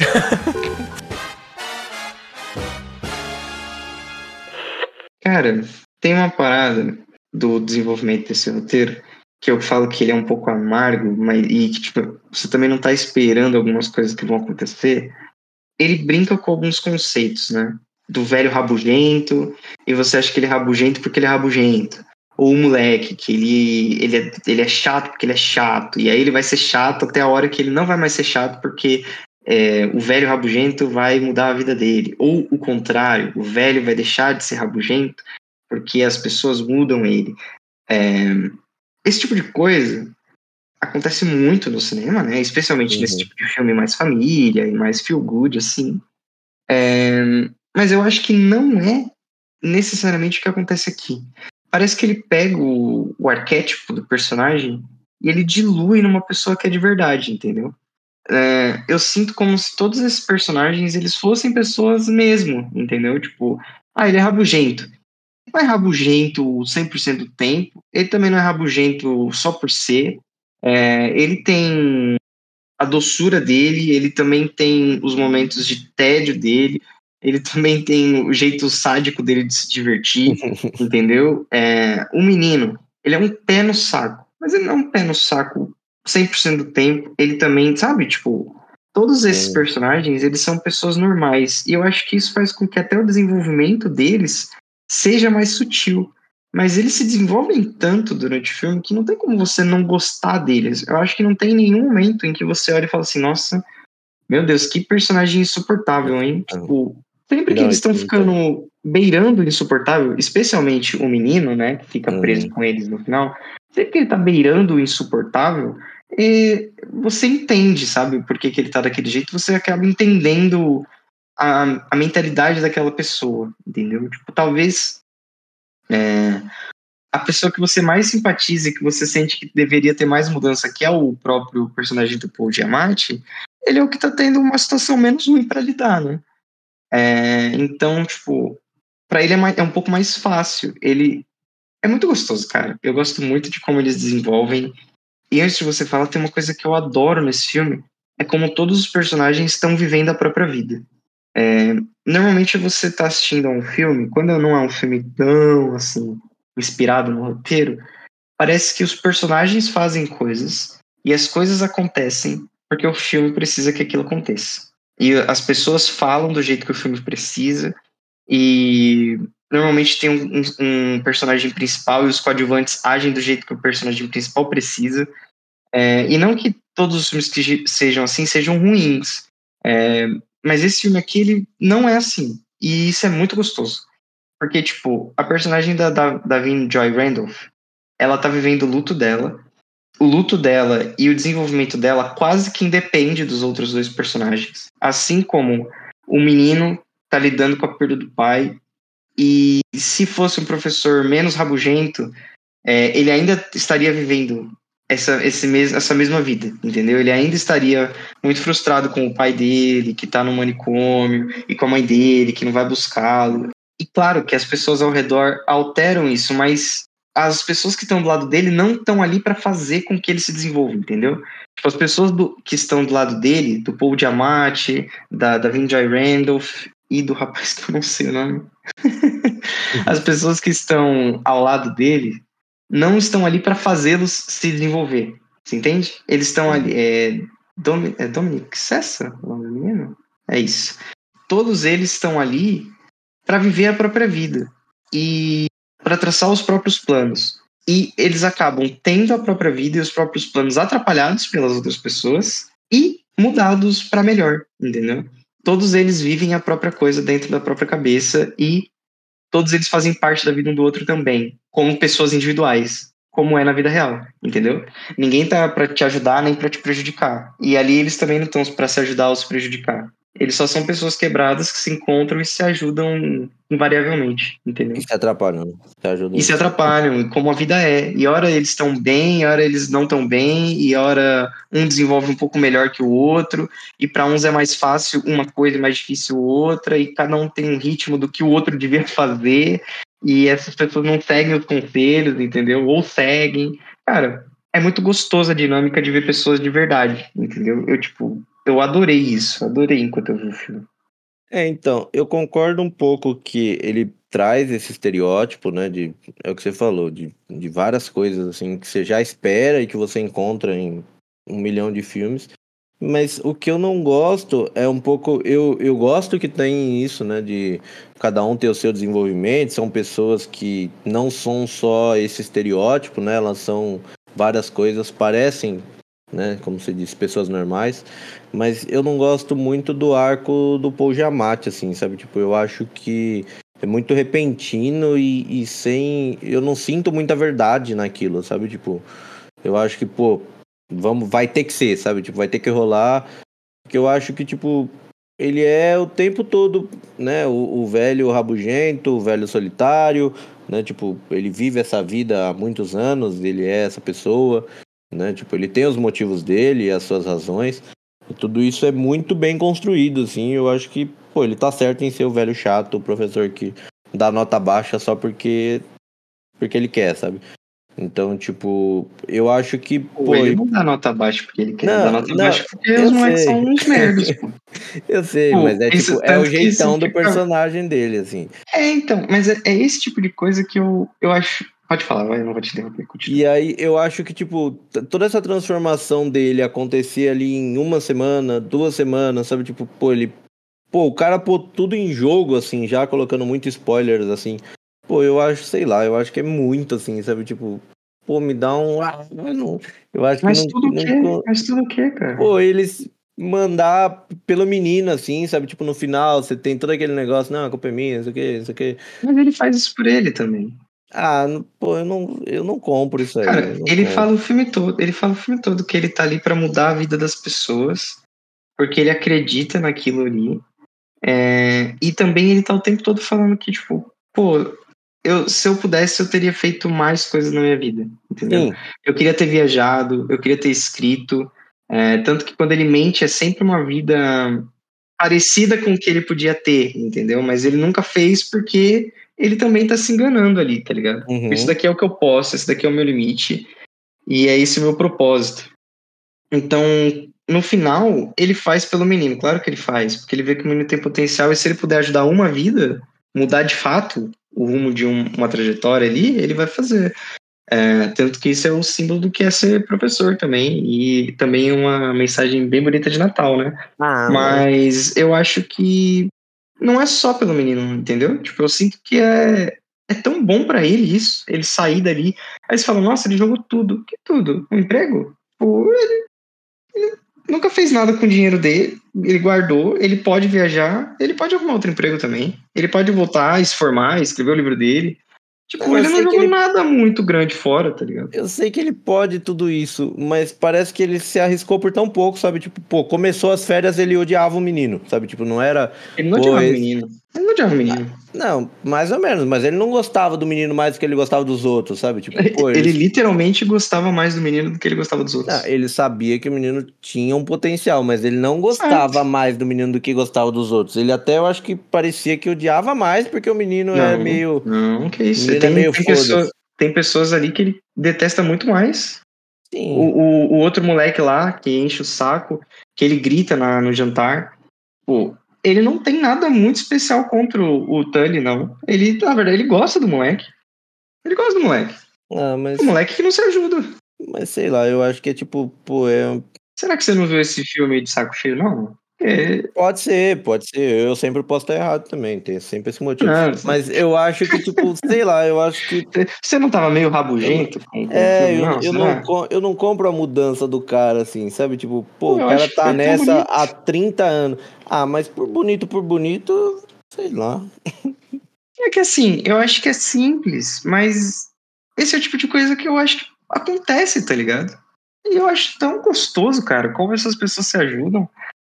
[SPEAKER 1] Cara, tem uma parada do desenvolvimento desse roteiro que eu falo que ele é um pouco amargo, e que tipo, você também não tá esperando algumas coisas que vão acontecer. Ele brinca com alguns conceitos, né? Do velho rabugento, e você acha que ele é rabugento porque ele é rabugento. Ou o moleque, que ele é chato porque ele é chato, e aí ele vai ser chato até a hora que ele não vai mais ser chato porque o velho rabugento vai mudar a vida dele. Ou o contrário, o velho vai deixar de ser rabugento porque as pessoas mudam ele. Esse tipo de coisa acontece muito no cinema, né? Especialmente nesse tipo de filme mais família e mais feel good, assim. Mas eu acho que não é necessariamente o que acontece aqui. Parece que ele pega o arquétipo do personagem e ele dilui numa pessoa que é de verdade, entendeu? Eu sinto como se todos esses personagens eles fossem pessoas mesmo, entendeu? Tipo, ele é rabugento. Ele não é rabugento 100% do tempo, ele também não é rabugento só por ser. Ele tem a doçura dele, ele também tem os momentos de tédio dele, ele também tem o jeito sádico dele de se divertir, entendeu? O menino, ele é um pé no saco, mas ele não é um pé no saco 100% do tempo, ele também, sabe, tipo, todos esses personagens, eles são pessoas normais, e eu acho que isso faz com que até o desenvolvimento deles seja mais sutil. Mas eles se desenvolvem tanto durante o filme que não tem como você não gostar deles. Eu acho que não tem nenhum momento em que você olha e fala assim, nossa, meu Deus, que personagem insuportável, hein? Tipo, sempre que eles estão ficando beirando o insuportável, especialmente o menino, né, que fica preso com eles no final, sempre que ele tá beirando o insuportável, você entende, sabe, por que ele tá daquele jeito, você acaba entendendo a mentalidade daquela pessoa, entendeu? Tipo, talvez a pessoa que você mais simpatiza e que você sente que deveria ter mais mudança, que é o próprio personagem do Paul Giamatti, ele é o que tá tendo uma situação menos ruim pra lidar, né? Então, tipo, pra ele é um pouco mais fácil. Ele é muito gostoso, cara. Eu gosto muito de como eles desenvolvem. E antes de você falar, tem uma coisa que eu adoro nesse filme, é como todos os personagens estão vivendo a própria vida. Normalmente você tá assistindo a um filme, quando não é um filme tão, assim, inspirado no roteiro, parece que os personagens fazem coisas E as coisas acontecem porque o filme precisa que aquilo aconteça. E as pessoas falam do jeito que o filme precisa, e normalmente tem um personagem principal e os coadjuvantes agem do jeito que o personagem principal precisa. E não que todos os filmes que sejam assim sejam ruins, mas esse filme aqui, ele não é assim. E isso é muito gostoso. Porque, tipo, a personagem da Davine Joy Randolph, ela tá vivendo o luto dela. O luto dela e o desenvolvimento dela quase que independe dos outros dois personagens. Assim como o menino tá lidando com a perda do pai. E se fosse um professor menos rabugento, ele ainda estaria vivendo essa mesma vida, entendeu? Ele ainda estaria muito frustrado com o pai dele, que tá no manicômio, e com a mãe dele, que não vai buscá-lo. E claro que as pessoas ao redor alteram isso, mas as pessoas que estão do lado dele não estão ali para fazer com que ele se desenvolva, entendeu? Tipo, as pessoas que estão do lado dele, do Paul Giamatti, da Davine Joy Randolph e do rapaz que eu não sei o nome, as pessoas que estão ao lado dele não estão ali para fazê-los se desenvolver, você entende? Eles estão ali, Dominic Sessa, o nome do menino? É isso. Todos eles estão ali para viver a própria vida e para traçar os próprios planos. E eles acabam tendo a própria vida e os próprios planos atrapalhados pelas outras pessoas e mudados para melhor, entendeu? Todos eles vivem a própria coisa dentro da própria cabeça e todos eles fazem parte da vida um do outro também, como pessoas individuais, como é na vida real, entendeu? Ninguém tá para te ajudar nem para te prejudicar. E ali eles também não estão para se ajudar ou se prejudicar. Eles só são pessoas quebradas que se encontram e se ajudam invariavelmente, entendeu?
[SPEAKER 2] E se atrapalham.
[SPEAKER 1] E se atrapalham, como a vida é. E ora eles estão bem, e ora eles não estão bem, e ora um desenvolve um pouco melhor que o outro, e para uns é mais fácil uma coisa e mais difícil outra, e cada um tem um ritmo do que o outro devia fazer, e essas pessoas não seguem os conselhos, entendeu? Ou seguem. Cara, é muito gostoso a dinâmica de ver pessoas de verdade, entendeu? Eu adorei isso, adorei enquanto eu vi o filme.
[SPEAKER 2] Então, eu concordo um pouco que ele traz esse estereótipo, né, é o que você falou, de várias coisas, assim, que você já espera e que você encontra em 1 milhão de filmes, mas o que eu não gosto é um pouco, eu gosto que tem isso, né, de cada um ter o seu desenvolvimento, são pessoas que não são só esse estereótipo, né, elas são várias coisas, parecem, né, como você disse, pessoas normais, mas eu não gosto muito do arco do Paul Giamatti, assim, sabe, tipo, eu acho que é muito repentino e sem, eu não sinto muita verdade naquilo, sabe, tipo, eu acho que, pô, vai ter que ser, sabe, tipo, vai ter que rolar, porque eu acho que, tipo, ele é o tempo todo, né, o velho rabugento, o velho solitário, né, tipo, ele vive essa vida há muitos anos, ele é essa pessoa, né, tipo, ele tem os motivos dele e as suas razões, e tudo isso é muito bem construído, assim, eu acho que, pô, ele tá certo em ser o velho chato, o professor que dá nota baixa só porque ele quer, sabe? Então, tipo, eu acho que, pô...
[SPEAKER 1] Ele não dá nota baixa porque ele quer, ele dá nota
[SPEAKER 2] Não,
[SPEAKER 1] baixa porque
[SPEAKER 2] eu
[SPEAKER 1] os moleques
[SPEAKER 2] sei.
[SPEAKER 1] são uns merdas, pô.
[SPEAKER 2] Eu sei,
[SPEAKER 1] Pô,
[SPEAKER 2] mas é
[SPEAKER 1] isso,
[SPEAKER 2] tipo, é o
[SPEAKER 1] tanto que isso
[SPEAKER 2] jeitão do
[SPEAKER 1] fica-
[SPEAKER 2] personagem dele, assim.
[SPEAKER 1] Então, mas é esse tipo de coisa que eu acho... Pode falar, vai, eu não vou te interromper, continua.
[SPEAKER 2] E aí eu acho que, tipo, toda essa transformação dele acontecia ali em 1 semana, 2 semanas, sabe? Tipo, o cara pôr tudo em jogo, assim, já colocando muito spoilers, assim. Pô, eu acho, sei lá, eu acho que é muito, assim, sabe? Tipo, pô, me dá um... não, eu acho que
[SPEAKER 1] Mas
[SPEAKER 2] não...
[SPEAKER 1] tudo o quê? Mas tudo o quê, cara?
[SPEAKER 2] Pô, eles mandar pelo menino, assim, sabe? Tipo, no final, você tem todo aquele negócio, não, a culpa é minha, não sei o que, não sei o que.
[SPEAKER 1] Mas ele faz isso por ele também.
[SPEAKER 2] Pô, eu não compro isso aí.
[SPEAKER 1] Cara,
[SPEAKER 2] Eu não
[SPEAKER 1] ele
[SPEAKER 2] compro.
[SPEAKER 1] fala o filme todo que ele tá ali pra mudar a vida das pessoas, porque ele acredita naquilo ali. E também ele tá o tempo todo falando que, tipo, pô, se eu pudesse, eu teria feito mais coisas na minha vida, entendeu?
[SPEAKER 2] Sim.
[SPEAKER 1] Eu queria ter viajado, eu queria ter escrito, tanto que quando ele mente é sempre uma vida parecida com o que ele podia ter, entendeu? Mas ele nunca fez porque ele também tá se enganando ali, tá ligado?
[SPEAKER 2] Uhum.
[SPEAKER 1] Isso daqui é o que eu posso, esse daqui é o meu limite, e é esse o meu propósito. Então, no final, ele faz pelo menino, claro que ele faz, porque ele vê que o menino tem potencial, e se ele puder ajudar uma vida, mudar de fato o rumo de uma trajetória ali, ele vai fazer. Tanto que isso é um símbolo do que é ser professor também, e também uma mensagem bem bonita de Natal, né? Mas eu acho que não é só pelo menino, entendeu? Tipo, eu sinto que é tão bom pra ele isso, ele sair dali. Aí você fala, nossa, ele jogou tudo. Que tudo? Um emprego? Pô, ele nunca fez nada com o dinheiro dele, ele guardou, ele pode viajar, ele pode arrumar outro emprego também. Ele pode voltar, se formar, escrever o livro dele. Tipo, ele não jogou nada muito grande fora, tá ligado?
[SPEAKER 2] Eu sei que ele pode tudo isso, mas parece que ele se arriscou por tão pouco, sabe? Tipo, pô, começou as férias, ele odiava o menino, sabe? Tipo, não era...
[SPEAKER 1] Ele não odiava o menino. Ele não odiava o menino.
[SPEAKER 2] Não, mais ou menos, mas ele não gostava do menino mais do que ele gostava dos outros, sabe? Tipo, pô,
[SPEAKER 1] ele literalmente gostava mais do menino do que ele gostava dos outros.
[SPEAKER 2] Não, ele sabia que o menino tinha um potencial, mas ele não gostava mais do menino do que gostava dos outros. Ele até, eu acho que parecia que odiava mais, porque o menino é meio...
[SPEAKER 1] Não, que isso.
[SPEAKER 2] Tem
[SPEAKER 1] pessoas ali que ele detesta muito mais.
[SPEAKER 2] Sim.
[SPEAKER 1] O outro moleque lá, que enche o saco, que ele grita no jantar, pô, ele não tem nada muito especial contra o Tully, não. Ele, na verdade, ele gosta do moleque. Ele gosta do moleque. O moleque que não se ajuda.
[SPEAKER 2] Mas sei lá, eu acho que é tipo, pô,
[SPEAKER 1] Será que você não viu esse filme de saco cheio, não?
[SPEAKER 2] Pode ser. Eu sempre posso estar errado também, tem sempre esse motivo.
[SPEAKER 1] Não,
[SPEAKER 2] mas eu acho que, tipo, sei lá, eu acho que...
[SPEAKER 1] Você não tava meio rabugento com o filme,
[SPEAKER 2] eu não compro a mudança do cara, assim, sabe? Tipo, pô,
[SPEAKER 1] eu
[SPEAKER 2] o cara
[SPEAKER 1] acho que
[SPEAKER 2] tá
[SPEAKER 1] foi tão
[SPEAKER 2] nessa
[SPEAKER 1] bonito.
[SPEAKER 2] há 30 anos. Ah, mas por bonito, sei lá.
[SPEAKER 1] É que assim, eu acho que é simples, mas esse é o tipo de coisa que eu acho que acontece, tá ligado? E eu acho tão gostoso, cara, como essas pessoas se ajudam.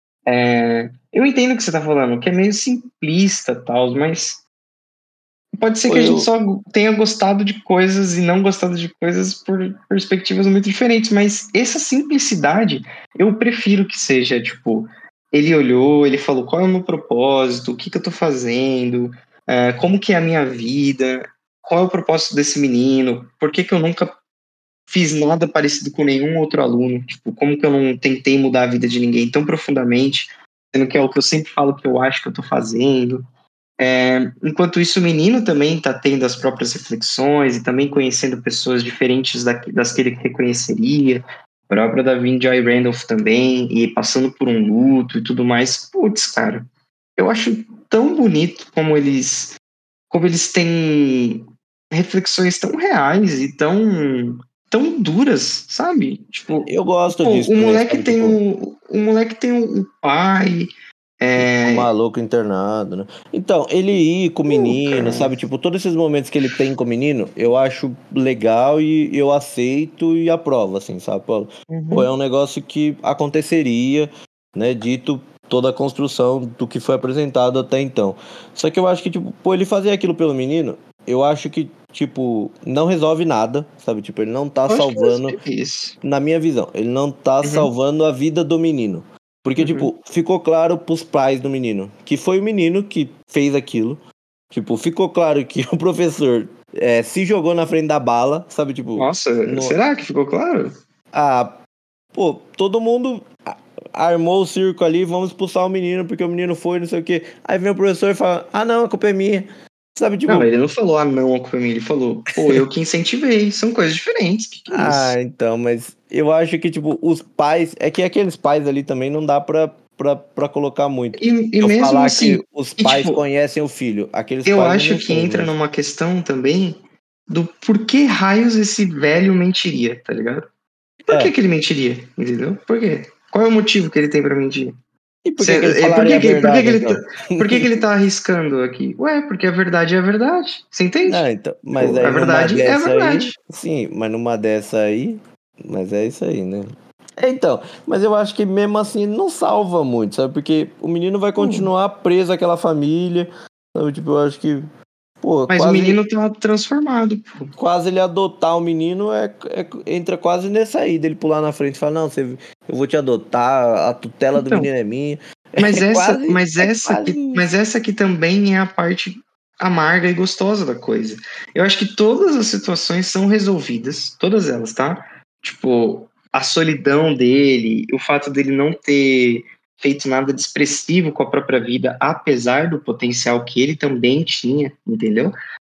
[SPEAKER 1] Eu entendo o que você tá falando, que é meio simplista e tal, mas pode ser que a gente só tenha gostado de coisas e não gostado de coisas por perspectivas muito diferentes, mas essa simplicidade eu prefiro que seja, tipo, ele olhou, ele falou qual é o meu propósito, o que eu tô fazendo, como que é a minha vida, qual é o propósito desse menino, por que eu nunca fiz nada parecido com nenhum outro aluno, tipo, como que eu não tentei mudar a vida de ninguém tão profundamente, sendo que é o que eu sempre falo que eu acho que eu tô fazendo. Enquanto isso, o menino também está tendo as próprias reflexões e também conhecendo pessoas diferentes das que ele reconheceria. A própria Davin Joy Randolph também, e passando por um luto e tudo mais. Putz, cara, eu acho tão bonito como eles têm reflexões tão reais e tão duras, sabe? Tipo,
[SPEAKER 2] Eu gosto
[SPEAKER 1] pô,
[SPEAKER 2] disso
[SPEAKER 1] o
[SPEAKER 2] também,
[SPEAKER 1] moleque
[SPEAKER 2] sabe?
[SPEAKER 1] tem
[SPEAKER 2] Tipo,
[SPEAKER 1] o moleque tem um pai.
[SPEAKER 2] um maluco internado, né? Então, ele ir com o menino,
[SPEAKER 1] cara.
[SPEAKER 2] sabe? Tipo, todos esses momentos que ele tem com o menino, eu acho legal e eu aceito e aprovo, assim, sabe, Paulo? Pô, é um negócio que aconteceria, né? Dito toda a construção do que foi apresentado até então. Só que eu acho que, tipo, pô, ele fazer aquilo pelo menino, eu acho que, tipo, não resolve nada, sabe? Tipo, ele não tá salvando, na minha visão, ele não tá salvando a vida do menino. Porque, tipo, ficou claro pros pais do menino que foi o menino que fez aquilo. Tipo, ficou claro que o professor se jogou na frente da bala, sabe? Tipo,
[SPEAKER 1] nossa, será que ficou claro?
[SPEAKER 2] Pô, todo mundo armou o circo ali, vamos expulsar o menino porque o menino foi, não sei o quê. Aí vem o professor e fala, não, a culpa é minha. Sabe, tipo...
[SPEAKER 1] Não, ele não falou, não, a culpa é minha. Ele falou, pô, eu que incentivei. São coisas diferentes. Que é isso?
[SPEAKER 2] Então, mas eu acho que, tipo, os pais... É que aqueles pais ali também não dá pra colocar muito.
[SPEAKER 1] E
[SPEAKER 2] eu
[SPEAKER 1] mesmo
[SPEAKER 2] falar
[SPEAKER 1] assim,
[SPEAKER 2] que os pais
[SPEAKER 1] tipo,
[SPEAKER 2] conhecem o filho. Aqueles
[SPEAKER 1] eu
[SPEAKER 2] pais
[SPEAKER 1] acho
[SPEAKER 2] não
[SPEAKER 1] que
[SPEAKER 2] sei,
[SPEAKER 1] entra
[SPEAKER 2] mas...
[SPEAKER 1] numa questão também do porquê raios esse velho mentiria, tá ligado? Por que ele mentiria, entendeu? Por quê? Qual é o motivo que ele tem pra mentir?
[SPEAKER 2] E por que ele falaria a verdade, então?
[SPEAKER 1] Por que ele tá arriscando aqui? Ué, porque a verdade é a verdade. Você entende?
[SPEAKER 2] Não, então, mas
[SPEAKER 1] A
[SPEAKER 2] aí numa
[SPEAKER 1] verdade é a
[SPEAKER 2] dessa aí...
[SPEAKER 1] verdade.
[SPEAKER 2] Sim, mas numa dessa aí... Mas é isso aí, né? Então, mas eu acho que mesmo assim não salva muito, sabe? Porque o menino vai continuar preso àquela família, sabe? Tipo, eu acho que... Pô,
[SPEAKER 1] mas o menino tá transformado, pô.
[SPEAKER 2] Quase ele adotar o menino entra quase nessa aí, dele pular na frente e falar, não, eu vou te adotar, a tutela do menino é minha.
[SPEAKER 1] Mas essa aqui também é a parte amarga e gostosa da coisa. Eu acho que todas as situações são resolvidas, todas elas, tá? Tipo, a solidão dele, o fato dele não ter feito nada de expressivo com a própria vida, apesar do potencial que ele também tinha, entendeu?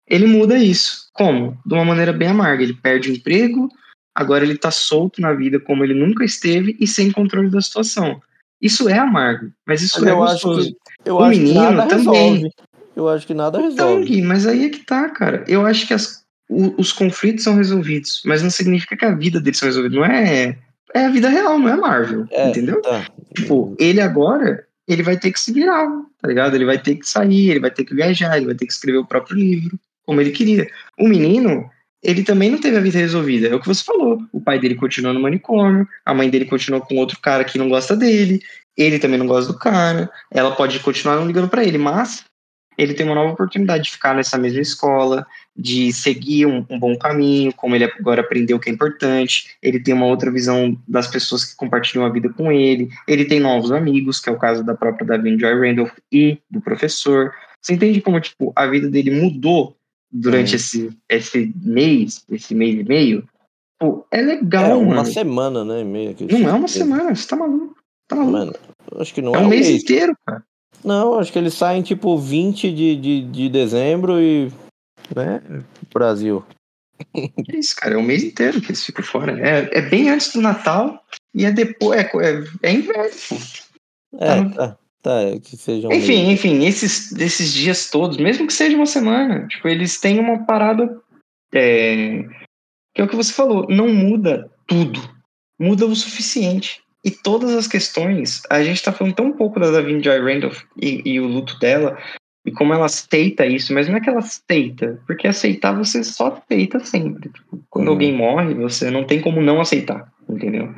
[SPEAKER 1] Ele muda isso. Como? De uma maneira bem amarga. Ele perde o emprego, agora ele tá solto na vida como ele nunca esteve e sem controle da situação. Isso é amargo, mas isso
[SPEAKER 2] Mas
[SPEAKER 1] é
[SPEAKER 2] eu acho
[SPEAKER 1] gostoso.
[SPEAKER 2] eu
[SPEAKER 1] O
[SPEAKER 2] acho que
[SPEAKER 1] menino
[SPEAKER 2] nada
[SPEAKER 1] também.
[SPEAKER 2] resolve. Eu acho que nada
[SPEAKER 1] Então,
[SPEAKER 2] resolve.
[SPEAKER 1] Gui, mas aí é que tá, cara. Eu acho que os conflitos são resolvidos, mas não significa que a vida deles são resolvidos. Não é. É a vida real, não é Marvel,
[SPEAKER 2] É,
[SPEAKER 1] entendeu?
[SPEAKER 2] tá.
[SPEAKER 1] Tipo, ele agora, ele vai ter que se virar, tá ligado? Ele vai ter que sair, ele vai ter que viajar, ele vai ter que escrever o próprio livro, como ele queria. O menino, ele também não teve a vida resolvida. É o que você falou. O pai dele continuou no manicômio, a mãe dele continuou com outro cara que não gosta dele, ele também não gosta do cara, ela pode continuar não ligando pra ele, mas ele tem uma nova oportunidade de ficar nessa mesma escola, de seguir um bom caminho, como ele agora aprendeu que é importante, ele tem uma outra visão das pessoas que compartilham a vida com ele tem novos amigos, que é o caso da própria Davina Joy Randolph e do professor. Você entende como, tipo, a vida dele mudou durante
[SPEAKER 2] Uhum.
[SPEAKER 1] esse mês e meio? Pô, é
[SPEAKER 2] É,
[SPEAKER 1] legal,
[SPEAKER 2] uma
[SPEAKER 1] mano.
[SPEAKER 2] semana, né? Meio que
[SPEAKER 1] Não é uma
[SPEAKER 2] mesmo.
[SPEAKER 1] semana, você tá maluco. Tá maluco.
[SPEAKER 2] Mano, eu acho que não
[SPEAKER 1] É
[SPEAKER 2] é
[SPEAKER 1] um
[SPEAKER 2] um
[SPEAKER 1] mês
[SPEAKER 2] mês.
[SPEAKER 1] inteiro, cara.
[SPEAKER 2] Não, acho que eles saem tipo 20 de dezembro e. Né? Brasil.
[SPEAKER 1] É isso, cara, é um mês inteiro que eles ficam fora. É bem antes do Natal e é depois. É inverno, pô. Tá
[SPEAKER 2] É,
[SPEAKER 1] no-
[SPEAKER 2] tá. Tá, que seja um mês.
[SPEAKER 1] Enfim, esses dias todos, mesmo que seja uma semana, tipo, eles têm uma parada. Que é o que você falou, não muda tudo. Muda o suficiente. E todas as questões, a gente tá falando tão pouco da Davina Joy Randolph e o luto dela, e como ela aceita isso, mas não é que ela aceita, porque aceitar você só aceita sempre. Tipo, quando
[SPEAKER 2] Uhum.
[SPEAKER 1] alguém morre, você não tem como não aceitar, entendeu?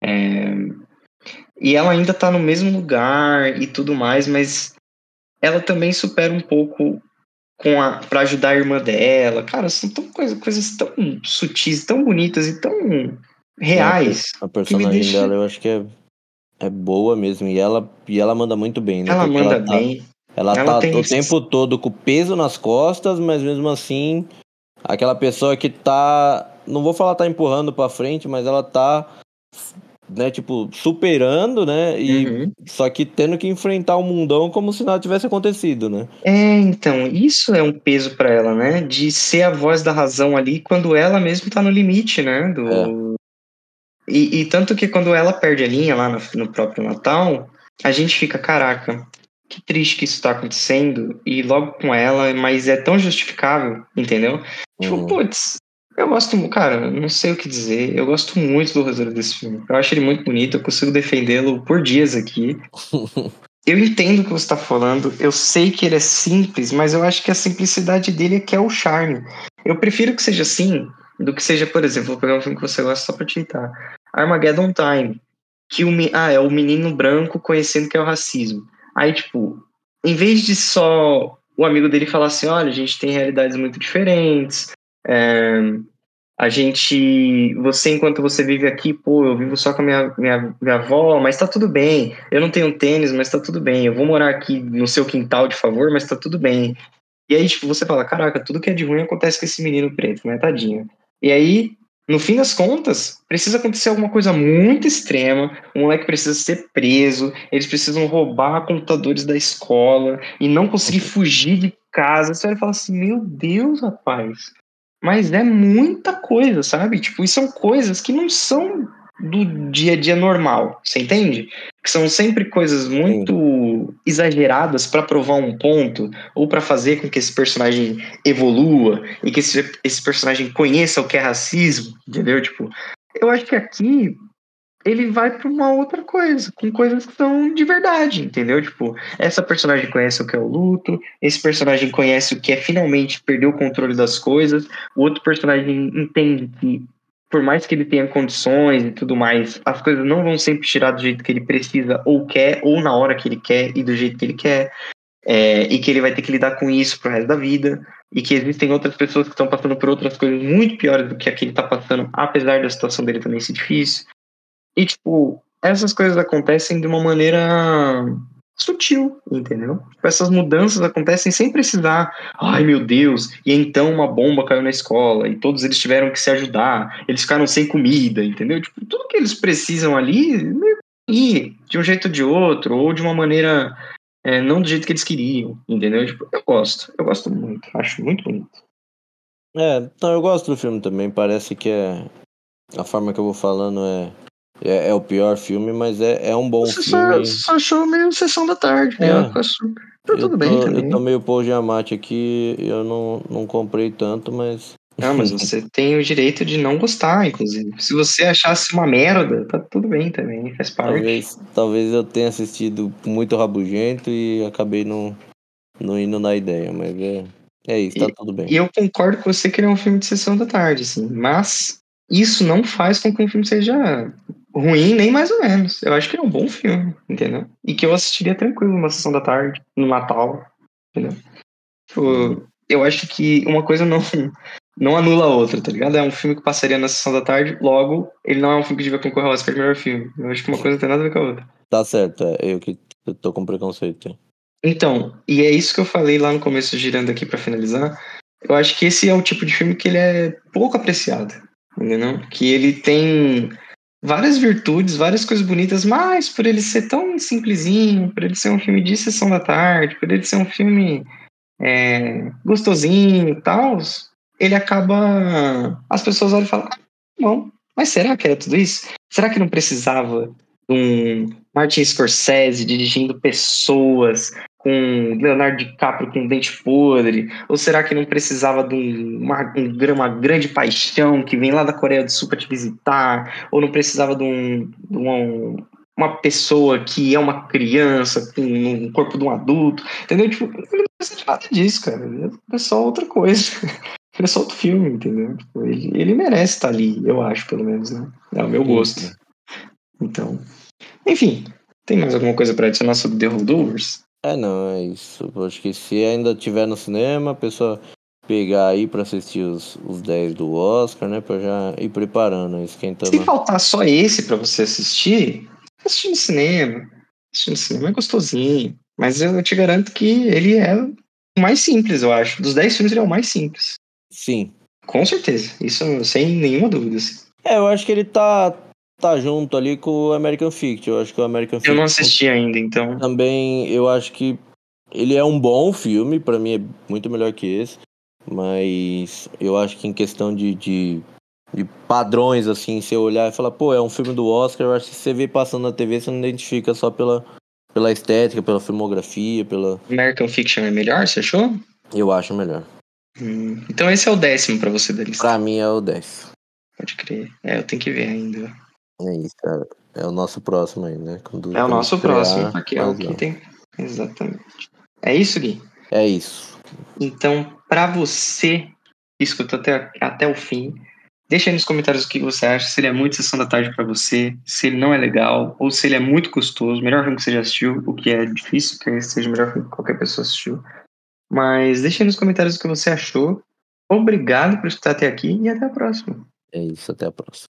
[SPEAKER 1] E ela ainda tá no mesmo lugar e tudo mais, mas ela também supera um pouco para ajudar a irmã dela. Cara, são coisas tão sutis, tão bonitas e tão
[SPEAKER 2] Sim,
[SPEAKER 1] reais
[SPEAKER 2] a
[SPEAKER 1] que me
[SPEAKER 2] personagem
[SPEAKER 1] deixa.
[SPEAKER 2] dela eu acho que é boa mesmo. E ela manda muito bem, né?
[SPEAKER 1] Ela
[SPEAKER 2] Porque
[SPEAKER 1] manda bem,
[SPEAKER 2] ela
[SPEAKER 1] ela
[SPEAKER 2] tá
[SPEAKER 1] tem.
[SPEAKER 2] o tempo todo com o peso nas costas, mas mesmo assim, aquela pessoa que tá. Não vou falar tá empurrando pra frente, mas ela tá, né, tipo, superando, né? E
[SPEAKER 1] Uhum.
[SPEAKER 2] só que tendo que enfrentar o mundão como se nada tivesse acontecido, né?
[SPEAKER 1] Então, isso é um peso para ela, né? De ser a voz da razão ali quando ela mesmo tá no limite, né?
[SPEAKER 2] É.
[SPEAKER 1] E tanto que quando ela perde a linha lá no próprio Natal, a gente fica, caraca, que triste que isso tá acontecendo, e logo com ela, mas é tão justificável, entendeu? Tipo,
[SPEAKER 2] Uhum.
[SPEAKER 1] putz, eu gosto, cara, não sei o que dizer, eu gosto muito do roteiro desse filme. Eu acho ele muito bonito, eu consigo defendê-lo por dias aqui. Eu entendo o que você está falando, eu sei que ele é simples, mas eu acho que a simplicidade dele é que é o charme. Eu prefiro que seja assim do que seja, por exemplo, vou pegar um filme que você gosta só pra te citar. Armageddon Time, que é o menino branco conhecendo que é o racismo. Aí, tipo, em vez de só o amigo dele falar assim, olha, a gente tem realidades muito diferentes, você, enquanto você vive aqui, pô, eu vivo só com a minha avó, mas tá tudo bem. Eu não tenho tênis, mas tá tudo bem. Eu vou morar aqui no seu quintal, de favor, mas tá tudo bem. E aí, tipo, você fala, caraca, tudo que é de ruim acontece com esse menino preto, né, tadinho. E aí, no fim das contas, precisa acontecer alguma coisa muito extrema, o moleque precisa ser preso, eles precisam roubar computadores da escola e não conseguir fugir de casa. Você vai falar assim, meu Deus, rapaz. Mas é muita coisa, sabe? Tipo, e são coisas que não são do dia a dia normal, você entende? Que são sempre coisas
[SPEAKER 2] Sim.
[SPEAKER 1] muito exageradas para provar um ponto ou para fazer com que esse personagem evolua e que esse personagem conheça o que é racismo, entendeu? Tipo, eu acho que aqui ele vai para uma outra coisa, com coisas que são de verdade, entendeu? Tipo, essa personagem conhece o que é o luto, esse personagem conhece o que é finalmente perder o controle das coisas, o outro personagem entende que, por mais que ele tenha condições e tudo mais, as coisas não vão sempre tirar do jeito que ele precisa ou quer, ou na hora que ele quer e do jeito que ele quer, e que ele vai ter que lidar com isso pro resto da vida, e que existem outras pessoas que estão passando por outras coisas muito piores do que a que ele tá passando, apesar da situação dele também ser difícil. E, tipo, essas coisas acontecem de uma maneira sutil, entendeu? Tipo, essas mudanças acontecem sem precisar, ai meu Deus, e então uma bomba caiu na escola e todos eles tiveram que se ajudar, eles ficaram sem comida, entendeu? Tipo, tudo que eles precisam ali, meio que ir de um jeito ou de outro, ou de uma maneira não do jeito que eles queriam, entendeu? Tipo, eu gosto muito, acho muito bonito.
[SPEAKER 2] Então eu gosto do filme também. Parece que a forma que eu vou falando é o pior filme, mas é um bom
[SPEAKER 1] Você
[SPEAKER 2] filme.
[SPEAKER 1] só achou meio Sessão da Tarde, meio
[SPEAKER 2] É,
[SPEAKER 1] água com açúcar. Tá tudo bem
[SPEAKER 2] eu tô
[SPEAKER 1] também.
[SPEAKER 2] meio Paul Giamatti aqui, eu não comprei tanto, mas
[SPEAKER 1] Não, mas você tem o direito de não gostar, inclusive. Se você achasse uma merda, tá tudo bem também, faz parte.
[SPEAKER 2] talvez eu tenha assistido muito rabugento e acabei não indo na ideia, mas é isso, tá
[SPEAKER 1] E,
[SPEAKER 2] tudo bem.
[SPEAKER 1] e eu concordo com você que ele é um filme de Sessão da Tarde, assim, mas isso não faz com que um filme seja ruim, nem mais ou menos. Eu acho que ele é um bom filme, entendeu? E que eu assistiria tranquilo numa Sessão da Tarde, no Natal, entendeu?
[SPEAKER 2] Uhum.
[SPEAKER 1] Tipo, eu acho que uma coisa não anula a outra, tá ligado? É um filme que passaria na Sessão da Tarde, logo, ele não é um filme que devia concorrer ao Oscar de melhor filme. Eu acho que uma coisa não tem nada a ver com a outra.
[SPEAKER 2] Tá certo, eu tô com preconceito.
[SPEAKER 1] Então, e é isso que eu falei lá no começo, girando aqui pra finalizar. Eu acho que esse é o tipo de filme que ele é pouco apreciado, entendeu? Que ele tem várias virtudes, várias coisas bonitas, mas por ele ser tão simplesinho, por ele ser um filme de sessão da tarde, por ele ser um filme gostosinho e tal, ele acaba. As pessoas olham e falam: bom, mas será que era tudo isso? Será que não precisava de um Martin Scorsese dirigindo pessoas, com Leonardo DiCaprio com dente podre? Ou será que não precisava de uma grande paixão que vem lá da Coreia do Sul para te visitar? Ou não precisava uma pessoa que é uma criança com o corpo de um adulto? Entendeu? Tipo, ele não precisa de nada disso, cara. Ele é só outra coisa. Ele é só outro filme, entendeu? Tipo, ele merece estar ali, eu acho, pelo menos, né? É o meu
[SPEAKER 2] Sim,
[SPEAKER 1] gosto.
[SPEAKER 2] sim.
[SPEAKER 1] Então, enfim, tem mais alguma coisa para adicionar sobre The Holdovers?
[SPEAKER 2] Não, é isso. Eu acho que se ainda tiver no cinema, a pessoa pegar aí pra assistir os 10 do Oscar, né? Pra já ir preparando,
[SPEAKER 1] Se
[SPEAKER 2] esquentando.
[SPEAKER 1] faltar só esse para você assistir no cinema. Assistir no cinema é gostosinho. Mas eu te garanto que ele é o mais simples, eu acho. Dos 10 filmes, ele é o mais simples.
[SPEAKER 2] Sim.
[SPEAKER 1] Com certeza. Isso sem nenhuma dúvida. Assim.
[SPEAKER 2] Eu acho que ele tá junto ali com o American Fiction. Eu acho que o American
[SPEAKER 1] Eu não
[SPEAKER 2] Fiction
[SPEAKER 1] assisti ainda, então.
[SPEAKER 2] também, eu acho que ele é um bom filme, pra mim é muito melhor que esse. Mas eu acho que em questão de padrões, assim, você olhar e falar, pô, é um filme do Oscar, eu acho que você vê passando na TV, você não identifica só pela estética, pela filmografia,
[SPEAKER 1] American Fiction é melhor, você achou?
[SPEAKER 2] Eu acho melhor.
[SPEAKER 1] Então esse é o 10º pra você da lista.
[SPEAKER 2] Pra mim é o 10.
[SPEAKER 1] Pode crer. Eu tenho que ver ainda.
[SPEAKER 2] É isso, cara. É o nosso próximo aí, né?
[SPEAKER 1] É o
[SPEAKER 2] Quando
[SPEAKER 1] nosso próximo,
[SPEAKER 2] estrear,
[SPEAKER 1] porque é o
[SPEAKER 2] nós
[SPEAKER 1] que
[SPEAKER 2] vamos.
[SPEAKER 1] tem. Exatamente. É isso, Gui?
[SPEAKER 2] É isso.
[SPEAKER 1] Então, pra você que escutou até o fim, deixa aí nos comentários o que você acha, se ele é muito Sessão da Tarde pra você, se ele não é legal, ou se ele é muito custoso, melhor filme que você já assistiu, o que é difícil, que esse seja o melhor filme que qualquer pessoa assistiu. Mas deixa aí nos comentários o que você achou. Obrigado por escutar até aqui e até a próxima.
[SPEAKER 2] É isso. Até a próxima.